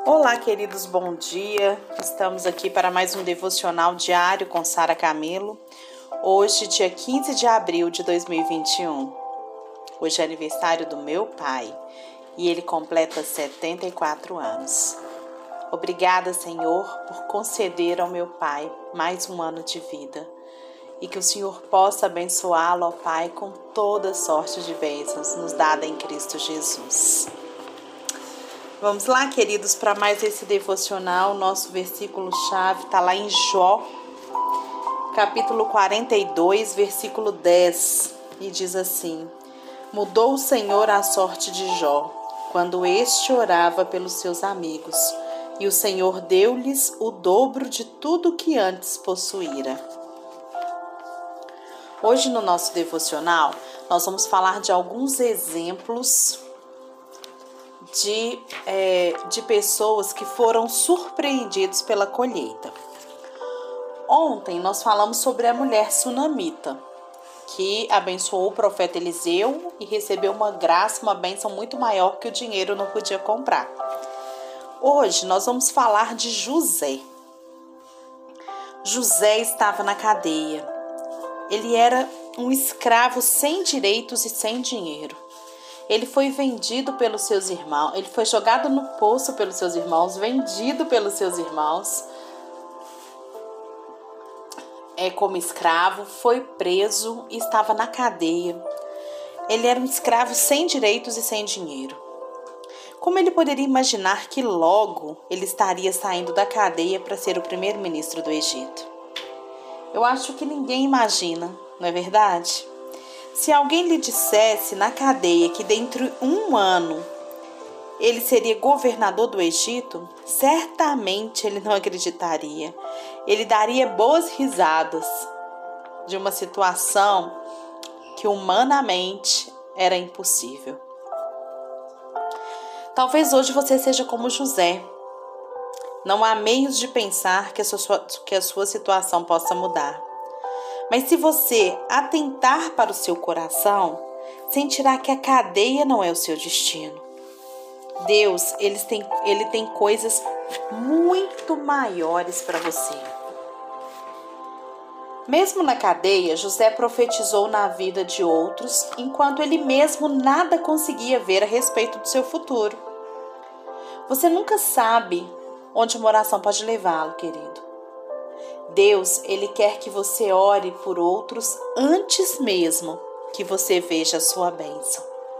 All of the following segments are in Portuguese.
Olá, queridos, bom dia. Estamos aqui para mais um devocional diário com Sara Camilo. Hoje, dia 15 de abril de 2021. Hoje é aniversário do meu pai e ele completa 74 anos. Obrigada, Senhor, por conceder ao meu pai mais um ano de vida e que o Senhor possa abençoá-lo, ó Pai, com toda sorte de bênçãos nos dada em Cristo Jesus. Vamos lá, queridos, para mais esse devocional. Nosso versículo-chave está lá em Jó, capítulo 42, versículo 10, e diz assim: Mudou o Senhor a sorte de Jó, quando este orava pelos seus amigos, e o Senhor deu-lhes o dobro de tudo que antes possuíra. Hoje, no nosso devocional, nós vamos falar de alguns exemplos de pessoas que foram surpreendidos pela colheita. Ontem nós falamos sobre a mulher sunamita, que abençoou o profeta Eliseu e recebeu uma graça, uma bênção muito maior que o dinheiro não podia comprar. Hoje nós vamos falar de José. José estava na cadeia. Ele era um escravo sem direitos e sem dinheiro. Ele foi vendido pelos seus irmãos, ele foi jogado no poço pelos seus irmãos, vendido pelos seus irmãos como escravo, foi preso e estava na cadeia. Ele era um escravo sem direitos e sem dinheiro. Como ele poderia imaginar que logo ele estaria saindo da cadeia para ser o primeiro-ministro do Egito? Eu acho que ninguém imagina, não é verdade? Se alguém lhe dissesse na cadeia que dentro de um ano ele seria governador do Egito, certamente ele não acreditaria. Ele daria boas risadas de uma situação que humanamente era impossível. Talvez hoje você seja como José. Não há meios de pensar que a sua situação possa mudar. Mas se você atentar para o seu coração, sentirá que a cadeia não é o seu destino. Deus, ele tem coisas muito maiores para você. Mesmo na cadeia, José profetizou na vida de outros, enquanto ele mesmo nada conseguia ver a respeito do seu futuro. Você nunca sabe onde uma oração pode levá-lo, querido. Deus, ele quer que você ore por outros antes mesmo que você veja a sua bênção.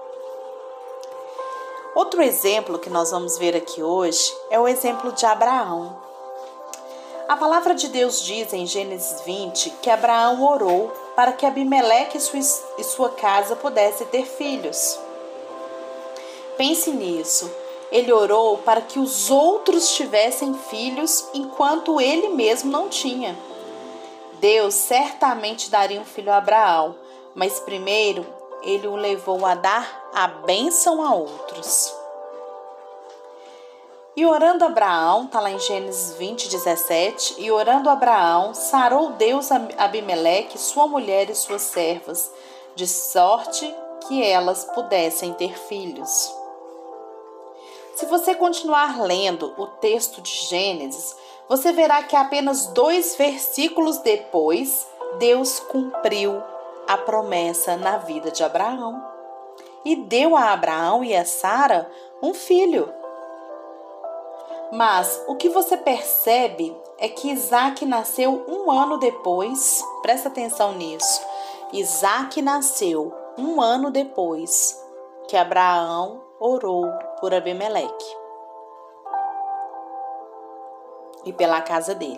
Outro exemplo que nós vamos ver aqui hoje é o exemplo de Abraão. A palavra de Deus diz em Gênesis 20 que Abraão orou para que Abimeleque e sua casa pudessem ter filhos. Pense nisso. Ele orou para que os outros tivessem filhos enquanto ele mesmo não tinha. Deus certamente daria um filho a Abraão, mas primeiro ele o levou a dar a bênção a outros. E orando Abraão, está lá em Gênesis 20, 17, e orando Abraão, sarou Deus a Abimeleque, sua mulher e suas servas, de sorte que elas pudessem ter filhos. Se você continuar lendo o texto de Gênesis, você verá que apenas 2 versículos depois, Deus cumpriu a promessa na vida de Abraão e deu a Abraão e a Sara um filho. Mas o que você percebe é que Isaac nasceu um ano depois, presta atenção nisso, Isaac nasceu um ano depois que Abraão orou por Abimeleque e pela casa dele.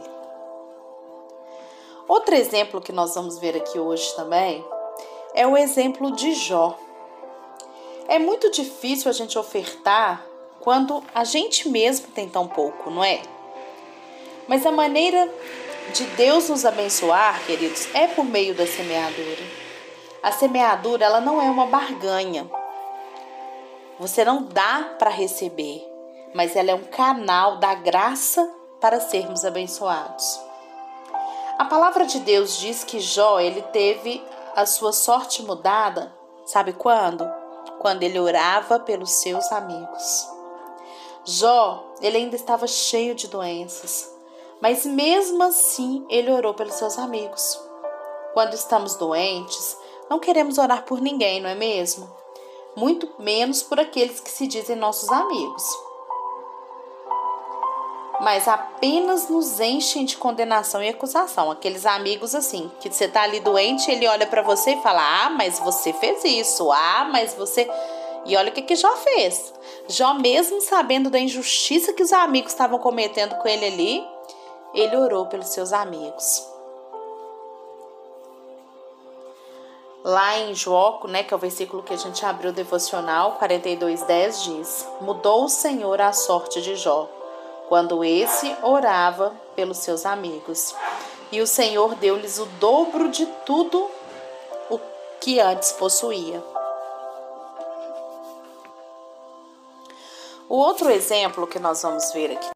Outro exemplo que nós vamos ver aqui hoje também é o exemplo de Jó. É muito difícil a gente ofertar quando a gente mesmo tem tão pouco, não é? Mas a maneira de Deus nos abençoar, queridos, é por meio da semeadura. A semeadura, ela não é uma barganha. Você não dá para receber, mas ela é um canal da graça para sermos abençoados. A palavra de Deus diz que Jó, ele teve a sua sorte mudada, sabe quando? Quando ele orava pelos seus amigos. Jó, ele ainda estava cheio de doenças, mas mesmo assim ele orou pelos seus amigos. Quando estamos doentes, não queremos orar por ninguém, não é mesmo? Muito menos por aqueles que se dizem nossos amigos. Mas apenas nos enchem de condenação e acusação. Aqueles amigos assim, que você tá ali doente, ele olha para você e fala: ah, mas você fez isso, ah, mas você... E olha o que Jó fez. Jó, mesmo sabendo da injustiça que os amigos estavam cometendo com ele ali, ele orou pelos seus amigos. Lá em Jó, que é o versículo que a gente abriu o devocional, 42:10 diz: mudou o Senhor a sorte de Jó, quando esse orava pelos seus amigos. E o Senhor deu-lhes o dobro de tudo o que antes possuía. O outro exemplo que nós vamos ver aqui.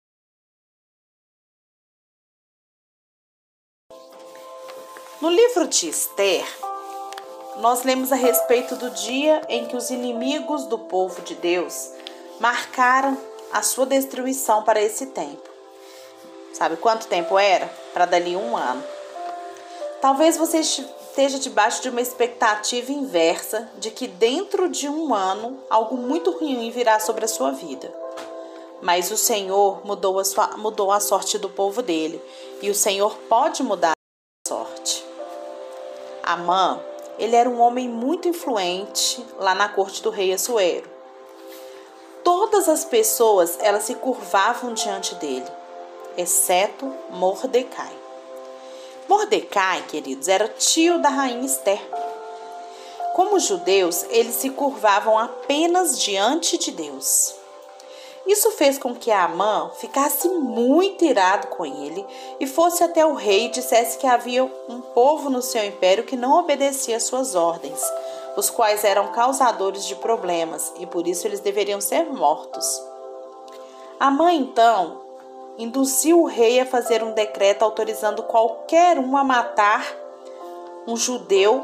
No livro de Esther, nós lemos a respeito do dia em que os inimigos do povo de Deus marcaram a sua destruição para esse tempo. Sabe quanto tempo era? Para dali 1 ano. Talvez você esteja debaixo de uma expectativa inversa de que dentro de 1 ano algo muito ruim virá sobre a sua vida. Mas o Senhor mudou a sorte do povo dele, e o Senhor pode mudar a sorte. Amã, ele era um homem muito influente lá na corte do rei Assuero. Todas as pessoas, elas se curvavam diante dele, exceto Mordecai. Mordecai, queridos, era tio da rainha Esther. Como judeus, eles se curvavam apenas diante de Deus. Isso fez com que Amã ficasse muito irado com ele e fosse até o rei e dissesse que havia um povo no seu império que não obedecia às suas ordens, os quais eram causadores de problemas e por isso eles deveriam ser mortos. Amã, então, induziu o rei a fazer um decreto autorizando qualquer um a matar um judeu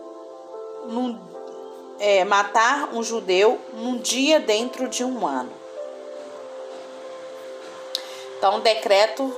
num dia dentro de 1 ano. Então, o decreto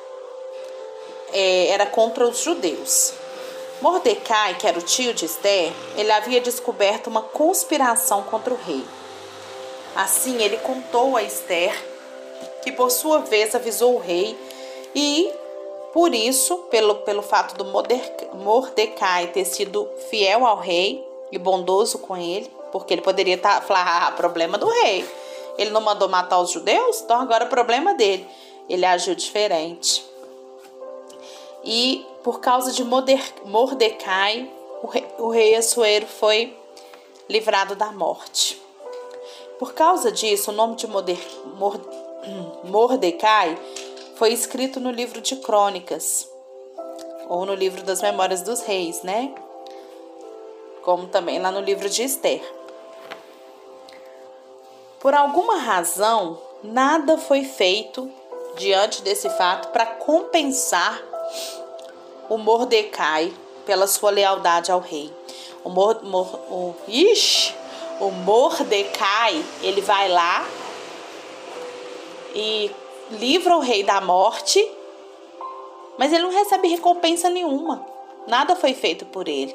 era contra os judeus. Mordecai, que era o tio de Esther, ele havia descoberto uma conspiração contra o rei. Assim, ele contou a Esther, que por sua vez avisou o rei, e por isso, pelo fato do Mordecai ter sido fiel ao rei e bondoso com ele, porque ele poderia falar, problema do rei, ele não mandou matar os judeus, então agora é problema dele. Ele agiu diferente. E por causa de Mordecai, o rei Assuero foi livrado da morte. Por causa disso, o nome de Mordecai foi escrito no livro de Crônicas, ou no livro das Memórias dos Reis, né? Como também lá no livro de Esther. Por alguma razão, nada foi feito diante desse fato para compensar o Mordecai pela sua lealdade ao rei. O Mordecai, ele vai lá e livra o rei da morte, mas ele não recebe recompensa nenhuma. Nada foi feito por ele.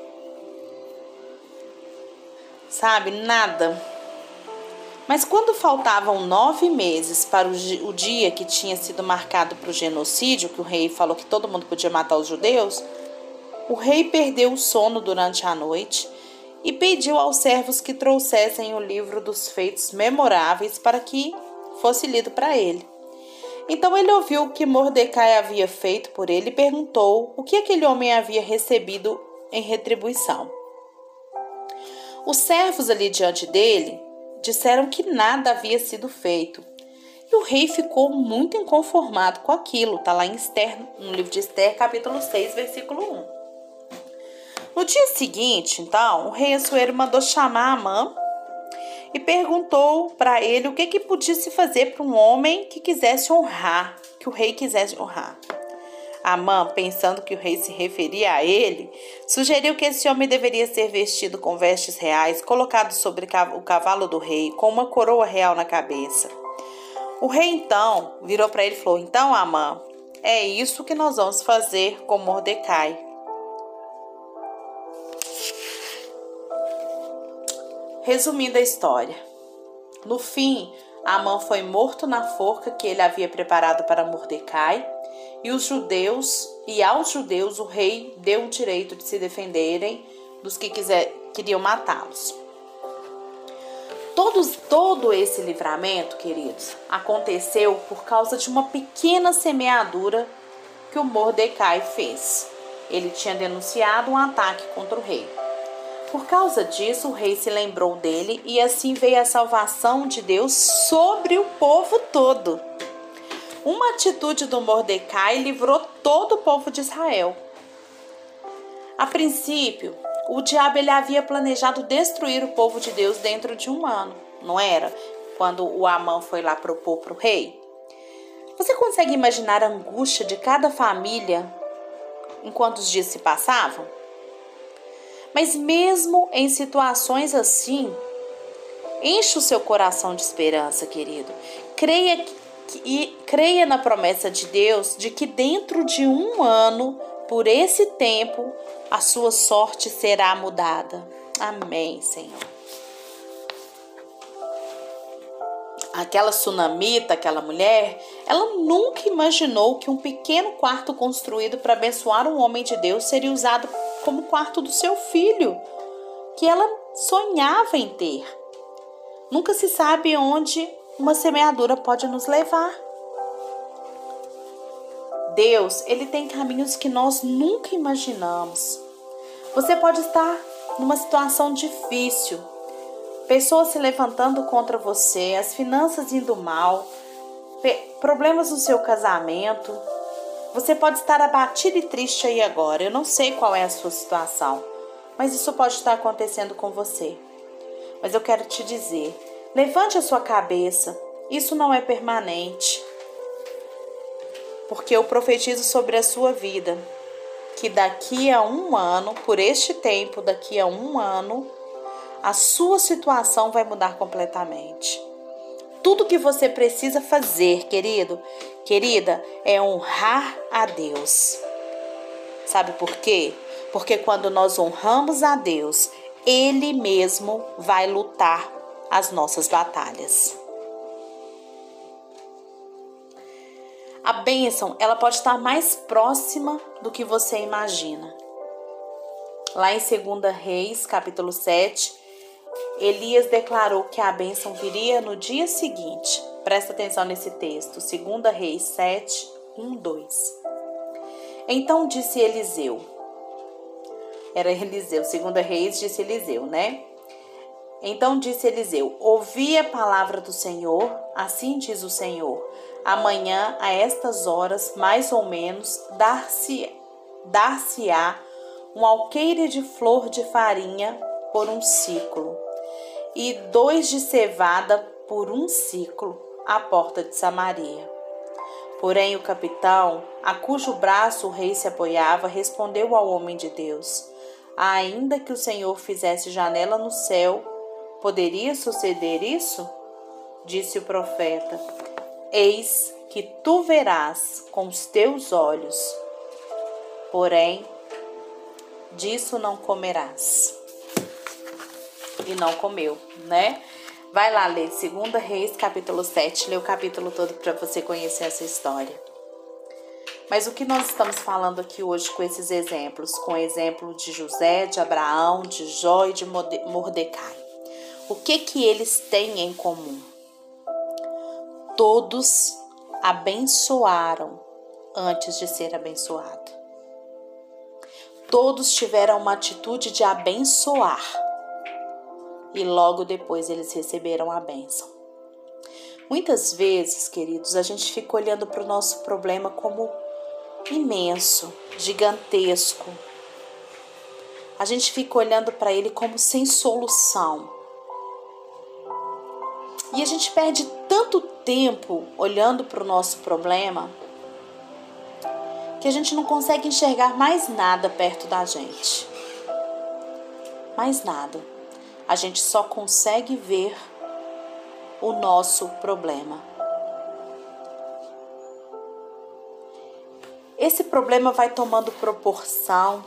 Sabe, nada. Mas quando faltavam 9 meses para o dia que tinha sido marcado para o genocídio, que o rei falou que todo mundo podia matar os judeus, o rei perdeu o sono durante a noite e pediu aos servos que trouxessem o livro dos feitos memoráveis para que fosse lido para ele. Então ele ouviu o que Mordecai havia feito por ele e perguntou o que aquele homem havia recebido em retribuição. Os servos ali diante dele disseram que nada havia sido feito. E o rei ficou muito inconformado com aquilo. Está lá em Esther, no livro de Esther, capítulo 6, versículo 1. No dia seguinte, então, o rei Assuero mandou chamar Amã e perguntou para ele o que podia se fazer para um homem que quisesse honrar, que o rei quisesse honrar. Amã, pensando que o rei se referia a ele, sugeriu que esse homem deveria ser vestido com vestes reais, colocado sobre o cavalo do rei, com uma coroa real na cabeça. O rei então virou para ele e falou: então, Amã, é isso que nós vamos fazer com Mordecai. Resumindo a história, no fim, Amã foi morto na forca que ele havia preparado para Mordecai, e aos judeus o rei deu o direito de se defenderem dos que queriam matá-los. Todo esse livramento, queridos, aconteceu por causa de uma pequena semeadura que o Mordecai fez. Ele tinha denunciado um ataque contra o rei. Por causa disso, o rei se lembrou dele e assim veio a salvação de Deus sobre o povo todo. Uma atitude do Mordecai livrou todo o povo de Israel. A princípio, o diabo ele havia planejado destruir o povo de Deus dentro de um ano, não era? Quando o Amã foi lá propor para o rei. Você consegue imaginar a angústia de cada família enquanto os dias se passavam? Mas mesmo em situações assim, enche o seu coração de esperança, querido. Creia na promessa de Deus de que dentro de um ano, por esse tempo, a sua sorte será mudada. Amém, Senhor. Aquela sunamita, aquela mulher, ela nunca imaginou que um pequeno quarto construído para abençoar um homem de Deus seria usado como quarto do seu filho, que ela sonhava em ter. Nunca se sabe onde uma semeadura pode nos levar. Deus, ele tem caminhos que nós nunca imaginamos. Você pode estar numa situação difícil, pessoas se levantando contra você, as finanças indo mal, problemas no seu casamento. Você pode estar abatido e triste aí agora. Eu não sei qual é a sua situação, mas isso pode estar acontecendo com você. Mas eu quero te dizer, levante a sua cabeça, isso não é permanente. Porque eu profetizo sobre a sua vida, que daqui a um ano, por este tempo, daqui a um ano, a sua situação vai mudar completamente. Tudo que você precisa fazer, querida, é honrar a Deus. Sabe por quê? Porque quando nós honramos a Deus, Ele mesmo vai lutar as nossas batalhas. A bênção, ela pode estar mais próxima do que você imagina. Lá em 2 Reis, capítulo 7, Elias declarou que a bênção viria no dia seguinte. Presta atenção nesse texto, 2 Reis 7, 1, 2. Então disse Eliseu, era Eliseu, 2 Reis disse Eliseu, né? Então disse Eliseu, ouvi a palavra do Senhor, assim diz o Senhor, amanhã a estas horas, mais ou menos, dar-se-á um alqueire de flor de farinha por um ciclo, e 2 de cevada por um ciclo, à porta de Samaria. Porém o capitão, a cujo braço o rei se apoiava, respondeu ao homem de Deus, ainda que o Senhor fizesse janela no céu, poderia suceder isso? Disse o profeta, eis que tu verás com os teus olhos, porém disso não comerás. E não comeu, né? Vai lá ler 2 Reis, capítulo 7, lê o capítulo todo para você conhecer essa história. Mas o que nós estamos falando aqui hoje com esses exemplos? Com o exemplo de José, de Abraão, de Jó e de Mordecai. O que eles têm em comum? Todos abençoaram antes de ser abençoado. Todos tiveram uma atitude de abençoar. E logo depois eles receberam a bênção. Muitas vezes, queridos, a gente fica olhando para o nosso problema como imenso, gigantesco. A gente fica olhando para ele como sem solução. E a gente perde tanto tempo olhando para o nosso problema que a gente não consegue enxergar mais nada perto da gente. Mais nada. A gente só consegue ver o nosso problema. Esse problema vai tomando proporção,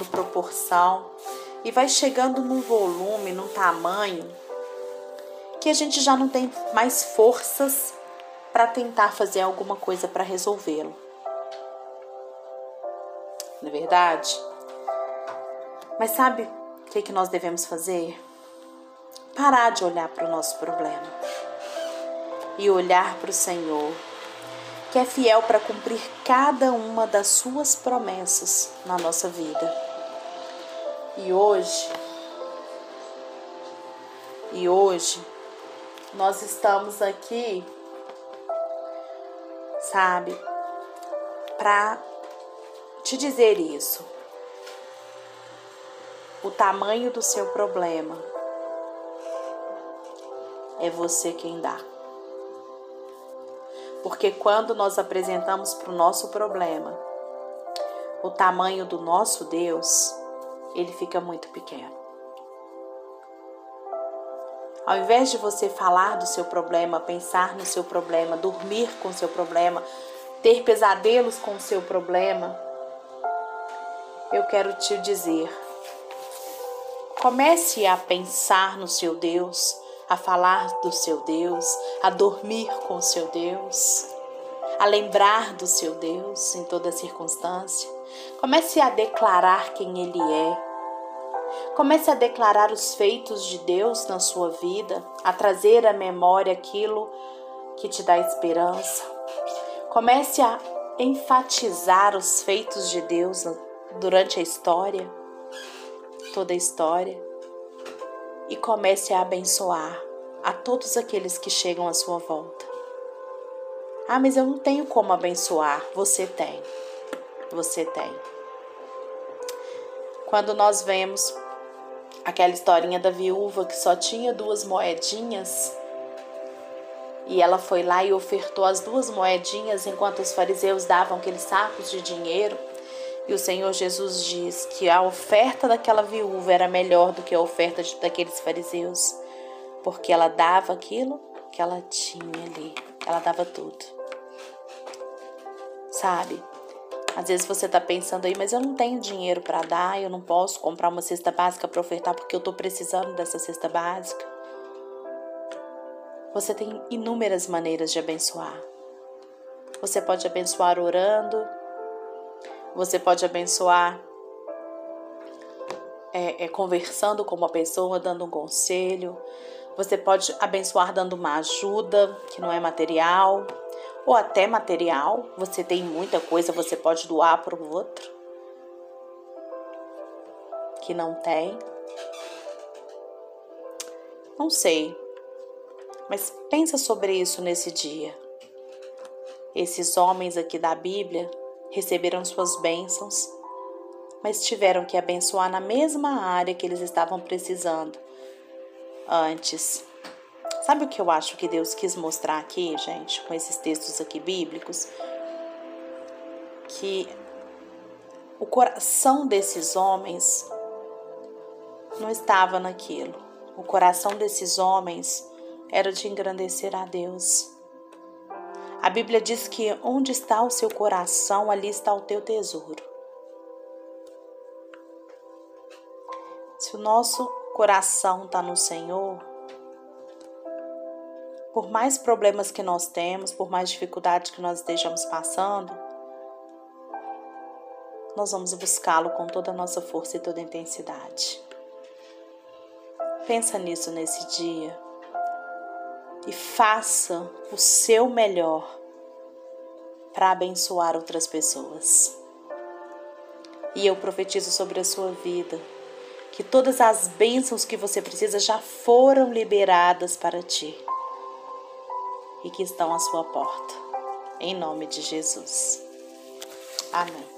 e vai chegando num volume, num tamanho, que a gente já não tem mais forças para tentar fazer alguma coisa para resolvê-lo. Não é verdade? Mas sabe o que nós devemos fazer? Parar de olhar para o nosso problema e olhar para o Senhor, que é fiel para cumprir cada uma das suas promessas na nossa vida. E hoje nós estamos aqui, sabe, para te dizer isso. O tamanho do seu problema é você quem dá. Porque quando nós apresentamos para o nosso problema o tamanho do nosso Deus, ele fica muito pequeno. Ao invés de você falar do seu problema, pensar no seu problema, dormir com o seu problema, ter pesadelos com o seu problema, eu quero te dizer, comece a pensar no seu Deus, a falar do seu Deus, a dormir com o seu Deus, a lembrar do seu Deus em toda circunstância. Comece a declarar quem Ele é. Comece a declarar os feitos de Deus na sua vida, a trazer à memória aquilo que te dá esperança. Comece a enfatizar os feitos de Deus durante a história, toda a história. E comece a abençoar a todos aqueles que chegam à sua volta. Ah, mas eu não tenho como abençoar. Você tem. Você tem. Quando nós vemos aquela historinha da viúva que só tinha 2 moedinhas e ela foi lá e ofertou as 2 moedinhas enquanto os fariseus davam aqueles sacos de dinheiro, e o Senhor Jesus diz que a oferta daquela viúva era melhor do que a oferta daqueles fariseus, porque ela dava aquilo que ela tinha ali, ela dava tudo. Sabe? Às vezes você está pensando aí, mas eu não tenho dinheiro para dar, eu não posso comprar uma cesta básica para ofertar porque eu estou precisando dessa cesta básica. Você tem inúmeras maneiras de abençoar. Você pode abençoar orando, você pode abençoar conversando com uma pessoa, dando um conselho. Você pode abençoar dando uma ajuda que não é material, ou até material. Você tem muita coisa, você pode doar para o outro que não tem. Não sei, mas pensa sobre isso nesse dia. Esses homens aqui da Bíblia receberam suas bênçãos, mas tiveram que abençoar na mesma área que eles estavam precisando antes. Sabe o que eu acho que Deus quis mostrar aqui, gente, com esses textos aqui bíblicos? Que o coração desses homens não estava naquilo. O coração desses homens era de engrandecer a Deus. A Bíblia diz que onde está o seu coração, ali está o teu tesouro. Se o nosso coração está no Senhor, por mais problemas que nós temos, por mais dificuldades que nós estejamos passando, nós vamos buscá-lo com toda a nossa força e toda a intensidade. Pensa nisso nesse dia e faça o seu melhor para abençoar outras pessoas. E eu profetizo sobre a sua vida que todas as bênçãos que você precisa já foram liberadas para ti e que estão à sua porta. Em nome de Jesus. Amém.